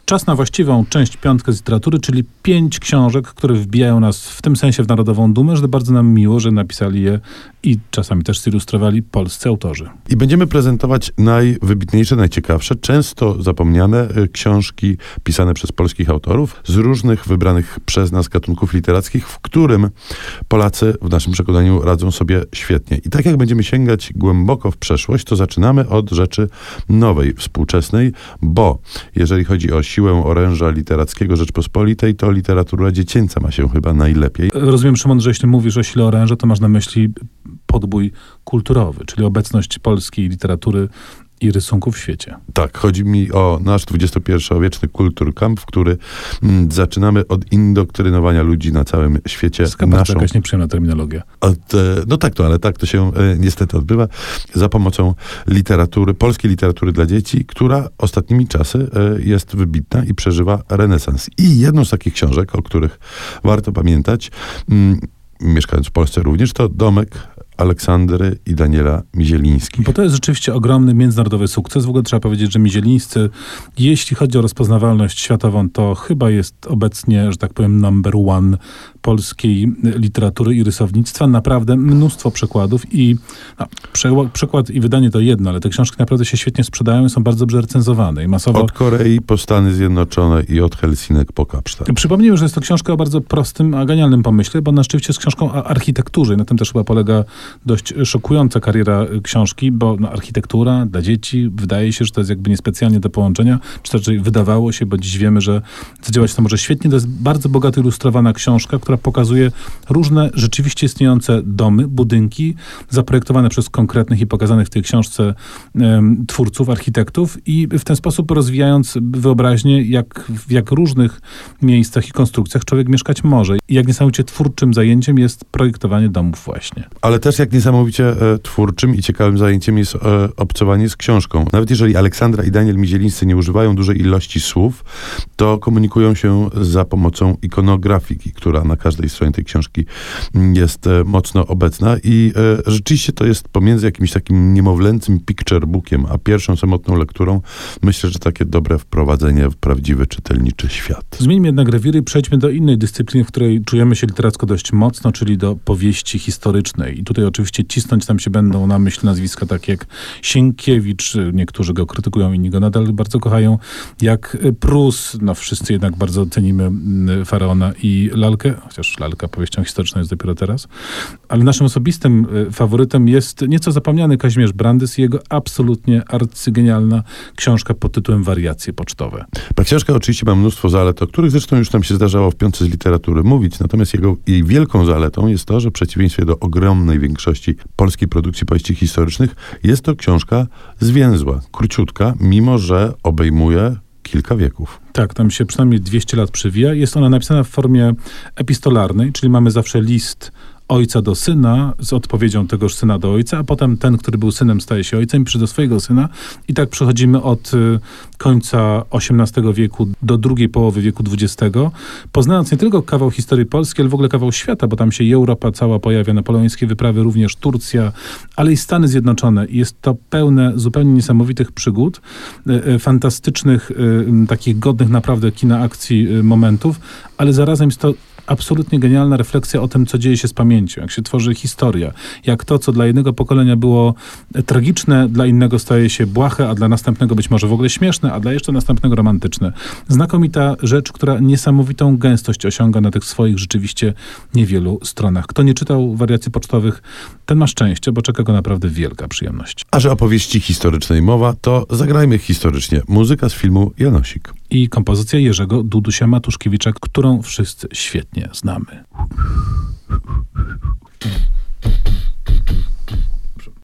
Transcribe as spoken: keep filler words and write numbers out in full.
Czas na właściwą część piątkę z literatury, czyli pięć książek, które wbijają nas w tym sensie w narodową dumę, że bardzo nam miło, że napisali je i czasami też zilustrowali polscy autorzy. I będziemy prezentować najwybitniejsze, najciekawsze, często zapomniane książki pisane przez polskich autorów z różnych wybranych przez nas gatunków literackich, w którym Polacy w naszym przekonaniu radzą sobie świetnie. I tak jak będziemy sięgać głęboko w przeszłość, to zaczynamy od rzeczy nowej, współczesnej, bo jeżeli chodzi o siłę oręża literackiego Rzeczpospolitej, to literatura dziecięca ma się chyba najlepiej. Rozumiem, Szymon, że jeśli mówisz o sile oręża, to masz na myśli podbój kulturowy, czyli obecność polskiej literatury i rysunku w świecie. Tak, chodzi mi o nasz dwudziestopierwowieczny kulturkamp, w który mm, zaczynamy od indoktrynowania ludzi na całym świecie. To naszą... jakaś nieprzyjemna terminologia. Od, no tak to, ale tak to się e, niestety odbywa za pomocą literatury, polskiej literatury dla dzieci, która ostatnimi czasy e, jest wybitna i przeżywa renesans. I jedną z takich książek, o których warto pamiętać, mm, mieszkając w Polsce również, to Domek Aleksandry i Daniela Mizielińskich. Bo to jest rzeczywiście ogromny międzynarodowy sukces. W ogóle trzeba powiedzieć, że Mizielińscy, jeśli chodzi o rozpoznawalność światową, to chyba jest obecnie, że tak powiem, number one polskiej literatury i rysownictwa. Naprawdę mnóstwo przekładów i no, prze, przekład i wydanie to jedno, ale te książki naprawdę się świetnie sprzedają i są bardzo dobrze recenzowane. I masowo... Od Korei po Stany Zjednoczone i od Helsinek po Kapsztad. Przypomnijmy, że jest to książka o bardzo prostym, a genialnym pomyśle, bo ona rzeczywiście jest książką o architekturze i na tym też chyba polega dość szokująca kariera książki, bo no, architektura dla dzieci, wydaje się, że to jest jakby niespecjalnie do połączenia, czy też wydawało się, bo dziś wiemy, że zadziałać to może świetnie. To jest bardzo bogato ilustrowana książka, która pokazuje różne rzeczywiście istniejące domy, budynki, zaprojektowane przez konkretnych i pokazanych w tej książce um, twórców, architektów i w ten sposób rozwijając wyobraźnię, jak w jak różnych miejscach i konstrukcjach człowiek mieszkać może. I jak niesamowicie twórczym zajęciem jest projektowanie domów właśnie. Ale też jak niesamowicie e, twórczym i ciekawym zajęciem jest e, obcowanie z książką. Nawet jeżeli Aleksandra i Daniel Mizielińscy nie używają dużej ilości słów, to komunikują się za pomocą ikonografiki, która na każdej stronie tej książki jest e, mocno obecna i e, rzeczywiście to jest pomiędzy jakimś takim niemowlęcym picture bookiem, a pierwszą samotną lekturą myślę, że takie dobre wprowadzenie w prawdziwy czytelniczy świat. Zmieńmy jednak rewiry i przejdźmy do innej dyscypliny, w której czujemy się literacko dość mocno, czyli do powieści historycznej. I tutaj oczywiście cisnąć tam się będą na myśl nazwiska takie jak Sienkiewicz, niektórzy go krytykują, inni go nadal bardzo kochają, jak Prus, no wszyscy jednak bardzo cenimy Faraona i Lalkę, chociaż Lalka powieścią historyczną jest dopiero teraz, ale naszym osobistym faworytem jest nieco zapomniany Kazimierz Brandys i jego absolutnie arcygenialna książka pod tytułem Wariacje pocztowe. Ta książka oczywiście ma mnóstwo zalet, o których zresztą już nam się zdarzało w Piątce z literatury mówić, natomiast jego, jej wielką zaletą jest to, że w przeciwieństwie do ogromnej większości polskiej produkcji powieści historycznych jest to książka zwięzła, króciutka, mimo że obejmuje kilka wieków. Tak, tam się przynajmniej dwieście lat przewija. Jest ona napisana w formie epistolarnej, czyli mamy zawsze list ojca do syna z odpowiedzią tegoż syna do ojca, a potem ten, który był synem, staje się ojcem, pisze do swojego syna i tak przechodzimy od y, końca osiemnastego wieku do drugiej połowy wieku dwudziestego, poznając nie tylko kawał historii Polski, ale w ogóle kawał świata, bo tam się i Europa cała pojawia, napoleońskie wyprawy, również Turcja, ale i Stany Zjednoczone. I jest to pełne zupełnie niesamowitych przygód, y, y, fantastycznych, y, takich godnych naprawdę kina akcji y, momentów, ale zarazem jest to absolutnie genialna refleksja o tym, co dzieje się z pamięcią, jak się tworzy historia, jak to, co dla jednego pokolenia było tragiczne, dla innego staje się błahe, a dla następnego być może w ogóle śmieszne, a dla jeszcze następnego romantyczne. Znakomita rzecz, która niesamowitą gęstość osiąga na tych swoich rzeczywiście niewielu stronach. Kto nie czytał Wariacji pocztowych, ten ma szczęście, bo czeka go naprawdę wielka przyjemność. A że opowieści historycznej mowa, to zagrajmy historycznie. Muzyka z filmu Janosik. I kompozycja Jerzego Dudusia Matuszkiewicza, którą wszyscy świetnie znamy.